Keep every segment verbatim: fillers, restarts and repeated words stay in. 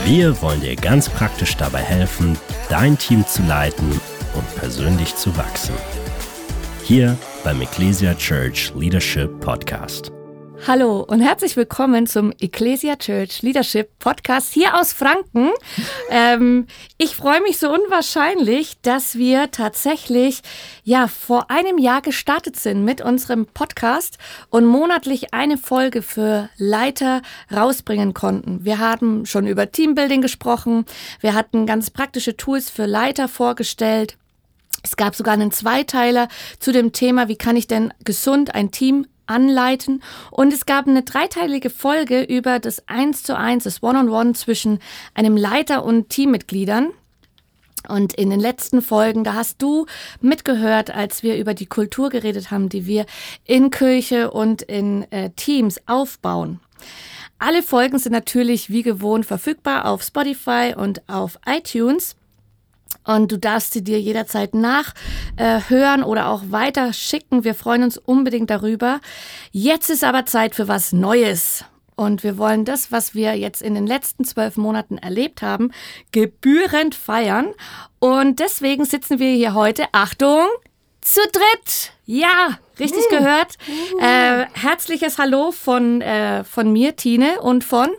Wir wollen dir ganz praktisch dabei helfen, dein Team zu leiten und persönlich zu wachsen. Hier beim Ecclesia Church Leadership Podcast. Hallo und herzlich willkommen zum Ecclesia Church Leadership Podcast hier aus Franken. Ähm, ich freue mich so unwahrscheinlich, dass wir tatsächlich ja vor einem Jahr gestartet sind mit unserem Podcast und monatlich eine Folge für Leiter rausbringen konnten. Wir haben schon über Teambuilding gesprochen, wir hatten ganz praktische Tools für Leiter vorgestellt. Es gab sogar einen Zweiteiler zu dem Thema, wie kann ich denn gesund ein Team anleiten. Und es gab eine dreiteilige Folge über das Eins zu Eins, das One-on-One zwischen einem Leiter und Teammitgliedern. Und in den letzten Folgen, da hast du mitgehört, als wir über die Kultur geredet haben, die wir in Kirche und in äh, Teams aufbauen. Alle Folgen sind natürlich wie gewohnt verfügbar auf Spotify und auf iTunes. Und du darfst sie dir jederzeit nachhören äh, oder auch weiter schicken. Wir freuen uns unbedingt darüber. Jetzt ist aber Zeit für was Neues. Und wir wollen das, was wir jetzt in den letzten zwölf Monaten erlebt haben, gebührend feiern. Und deswegen sitzen wir hier heute, Achtung, zu dritt. Ja, richtig uh. gehört. Uh. Äh, herzliches Hallo von, äh, von mir, Tine, und von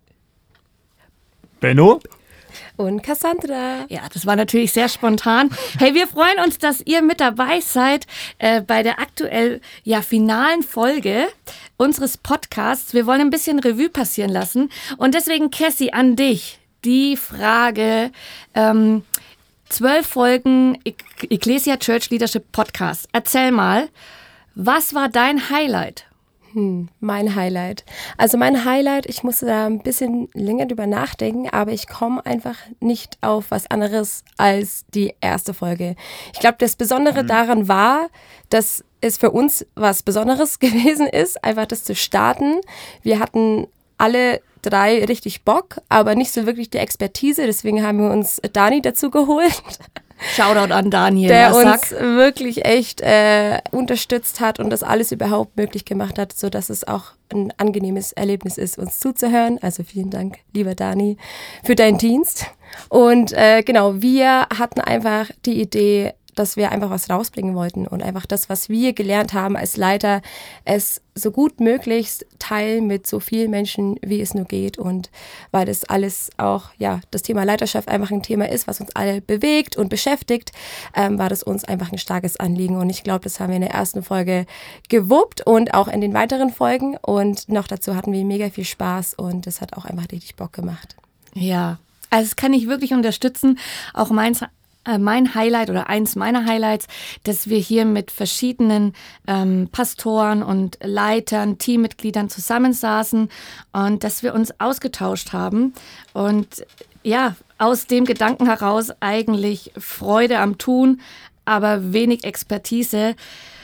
Benno. Und Cassandra. Ja, das war natürlich sehr spontan. Hey, wir freuen uns, dass ihr mit dabei seid äh, bei der aktuell ja finalen Folge unseres Podcasts. Wir wollen ein bisschen Revue passieren lassen. Und deswegen, Cassie, an dich die Frage, ähm, zwölf Folgen e- Ecclesia Church Leadership Podcast. Erzähl mal, was war dein Highlight? Hm, mein Highlight. Also mein Highlight, ich musste da ein bisschen länger drüber nachdenken, aber ich komme einfach nicht auf was anderes als die erste Folge. Ich glaube, das Besondere mhm. daran war, dass es für uns was Besonderes gewesen ist, einfach das zu starten. Wir hatten alle drei richtig Bock, aber nicht so wirklich die Expertise, deswegen haben wir uns Dani dazu geholt. Shoutout an Daniel. Der uns wirklich echt äh, unterstützt hat und das alles überhaupt möglich gemacht hat, sodass es auch ein angenehmes Erlebnis ist, uns zuzuhören. Also vielen Dank, lieber Dani, für deinen Dienst. Und äh, genau, wir hatten einfach die Idee, dass wir einfach was rausbringen wollten und einfach das, was wir gelernt haben als Leiter, es so gut möglichst teilen mit so vielen Menschen, wie es nur geht. Und weil das alles auch, ja, das Thema Leiterschaft einfach ein Thema ist, was uns alle bewegt und beschäftigt, ähm, war das uns einfach ein starkes Anliegen. Und ich glaube, das haben wir in der ersten Folge gewuppt und auch in den weiteren Folgen. Und noch dazu hatten wir mega viel Spaß und das hat auch einfach richtig Bock gemacht. Ja, also das kann ich wirklich unterstützen. Auch meins Mein Highlight oder eins meiner Highlights, dass wir hier mit verschiedenen ähm, Pastoren und Leitern, Teammitgliedern zusammensaßen und dass wir uns ausgetauscht haben und ja, aus dem Gedanken heraus eigentlich Freude am Tun, aber wenig Expertise.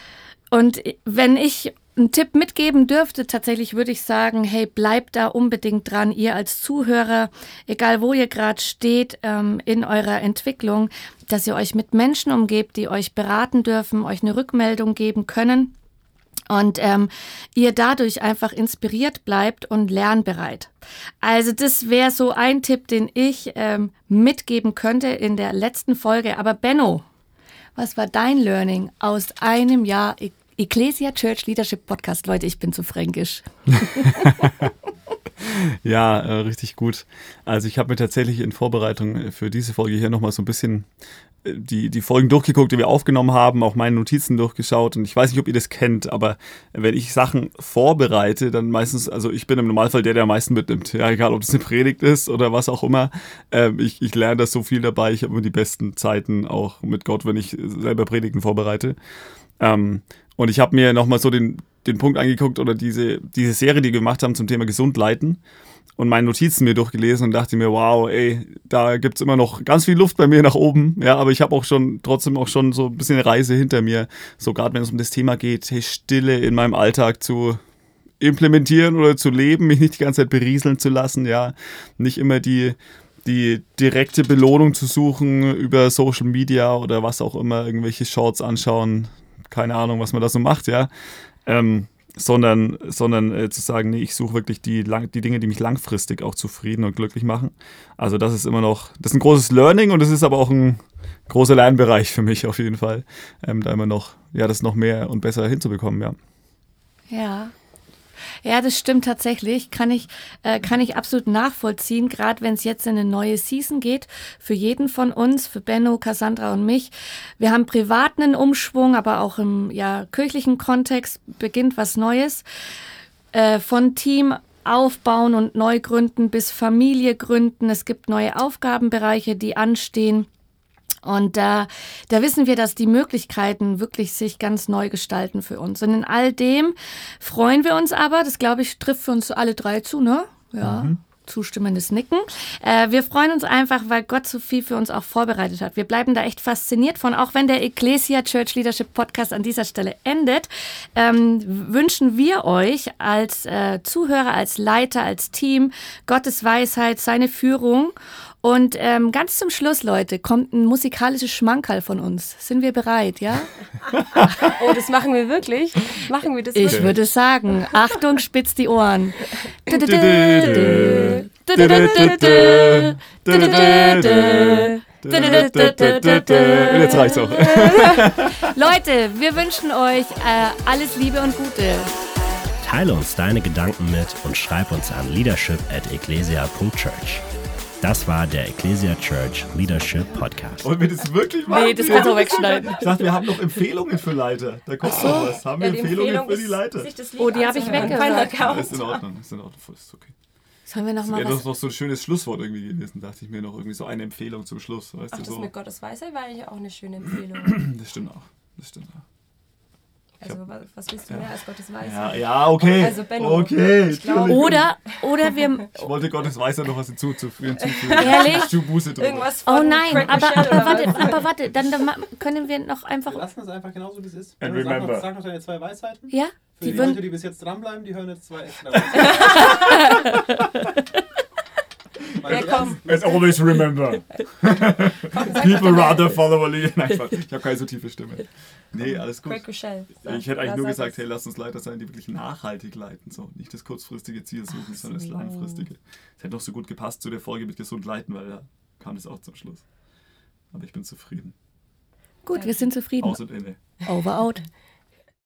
Und wenn ich einen Tipp mitgeben dürfte, tatsächlich würde ich sagen, hey, bleibt da unbedingt dran, ihr als Zuhörer, egal wo ihr gerade steht ähm, in eurer Entwicklung, dass ihr euch mit Menschen umgebt, die euch beraten dürfen, euch eine Rückmeldung geben können und ähm, ihr dadurch einfach inspiriert bleibt und lernbereit. Also das wäre so ein Tipp, den ich ähm, mitgeben könnte in der letzten Folge. Aber Benno, was war dein Learning aus einem Jahr Ecclesia Church Leadership Podcast? Leute, ich bin zu fränkisch. Ja, äh, richtig gut. Also ich habe mir tatsächlich in Vorbereitung für diese Folge hier nochmal so ein bisschen die, die Folgen durchgeguckt, die wir aufgenommen haben, auch meine Notizen durchgeschaut. Und ich weiß nicht, ob ihr das kennt, aber wenn ich Sachen vorbereite, dann meistens, also ich bin im Normalfall der, der am meisten mitnimmt. Ja, egal, ob das eine Predigt ist oder was auch immer. Ähm, ich, ich lerne da so viel dabei. Ich habe immer die besten Zeiten auch mit Gott, wenn ich selber Predigten vorbereite. Ähm, Und ich habe mir nochmal so den, den Punkt angeguckt oder diese, diese Serie, die wir gemacht haben zum Thema gesund leiten und meine Notizen mir durchgelesen und dachte mir, wow, ey, da gibt es immer noch ganz viel Luft bei mir nach oben. Ja, aber ich habe auch schon, trotzdem auch schon so ein bisschen eine Reise hinter mir. So gerade wenn es um das Thema geht, hey, Stille in meinem Alltag zu implementieren oder zu leben, mich nicht die ganze Zeit berieseln zu lassen, ja, nicht immer die die direkte Belohnung zu suchen über Social Media oder was auch immer, irgendwelche Shorts anschauen, keine Ahnung, was man da so macht, ja. Ähm, sondern, sondern äh, zu sagen, nee, ich suche wirklich die, lang, die Dinge, die mich langfristig auch zufrieden und glücklich machen. Also das ist immer noch, das ist ein großes Learning und das ist aber auch ein großer Lernbereich für mich auf jeden Fall, ähm, da immer noch, ja, das noch mehr und besser hinzubekommen, ja. Ja. Ja, das stimmt tatsächlich. Kann ich, äh, kann ich absolut nachvollziehen, gerade wenn es jetzt in eine neue Season geht. Für jeden von uns, für Benno, Cassandra und mich. Wir haben privat einen Umschwung, aber auch im ja, kirchlichen Kontext beginnt was Neues. Äh, von Team aufbauen und neu gründen bis Familie gründen. Es gibt neue Aufgabenbereiche, die anstehen. Und da, da wissen wir, dass die Möglichkeiten wirklich sich ganz neu gestalten für uns. Und in all dem freuen wir uns aber, das glaube ich, trifft für uns alle drei zu, ne? Ja. Mhm. Zustimmendes Nicken. Äh, wir freuen uns einfach, weil Gott so viel für uns auch vorbereitet hat. Wir bleiben da echt fasziniert von, auch wenn der Ecclesia Church Leadership Podcast an dieser Stelle endet, ähm, wünschen wir euch als äh, Zuhörer, als Leiter, als Team Gottes Weisheit, seine Führung. Und ähm, ganz zum Schluss, Leute, kommt ein musikalisches Schmankerl von uns. Sind wir bereit, ja? Oh, das machen wir wirklich? Machen wir das wirklich? Ich würde sagen, Achtung, spitzt die Ohren. Und jetzt reicht's auch. Leute, wir wünschen euch äh, alles Liebe und Gute. Teile uns deine Gedanken mit und schreib uns an leadership at ecclesia punkt church. Das war der Ecclesia Church Leadership Podcast. Wollen wir das wirklich machen? Nee, das kannst du wegschneiden. Ich dachte, wir haben noch Empfehlungen für Leiter. Da kommt noch was. Haben wir Ja, die Empfehlungen Empfehlung für die Leiter? ist, sich das Lied Oh, die habe ich anzuhören. weggehört. Kein Ist in Ordnung, ist in Ordnung. Ist okay. Sollen wir noch Das mal wäre was? doch noch so ein schönes Schlusswort irgendwie gewesen, dachte ich mir noch. Irgendwie so eine Empfehlung zum Schluss. Weißt Ach, du, das so. mit Gottes Weisheit war eigentlich auch eine schöne Empfehlung. Das stimmt auch. Das stimmt auch. Also, was, was willst du mehr als Gottes Weisheit? Ja, ja, okay. Also, Benno, okay. ich glaube- Oder, oder wir... Ich wollte Gottes Weisheit noch was hinzufügen. Ehrlich? Zu Buße drüber. Irgendwas von Oh nein, Craig aber, Michelle aber oder warte, was? aber warte, dann, dann ma- können wir noch einfach... Wir lassen es einfach genauso, wie es ist. And Sag noch, remember. sag noch deine zwei Weisheiten. Ja? Für Die die, würden- Leute, die bis jetzt dranbleiben, die hören jetzt zwei extra Weisheiten. Ja, komm. As always remember. People rather follow a leader. Nein, Quatsch. Ich habe keine so tiefe Stimme. Nee, alles gut. Craig Michelle. Ich hätte eigentlich Ja, nur sag gesagt, es. hey, lasst uns Leiter sein, die wirklich nachhaltig leiten. So, nicht das kurzfristige Ziel suchen, sondern das langfristige. Es hätte noch so gut gepasst zu der Folge mit gesund leiten, weil da kam das auch zum Schluss. Aber ich bin zufrieden. Gut, wir sind zufrieden. Aus und inne. Over, out.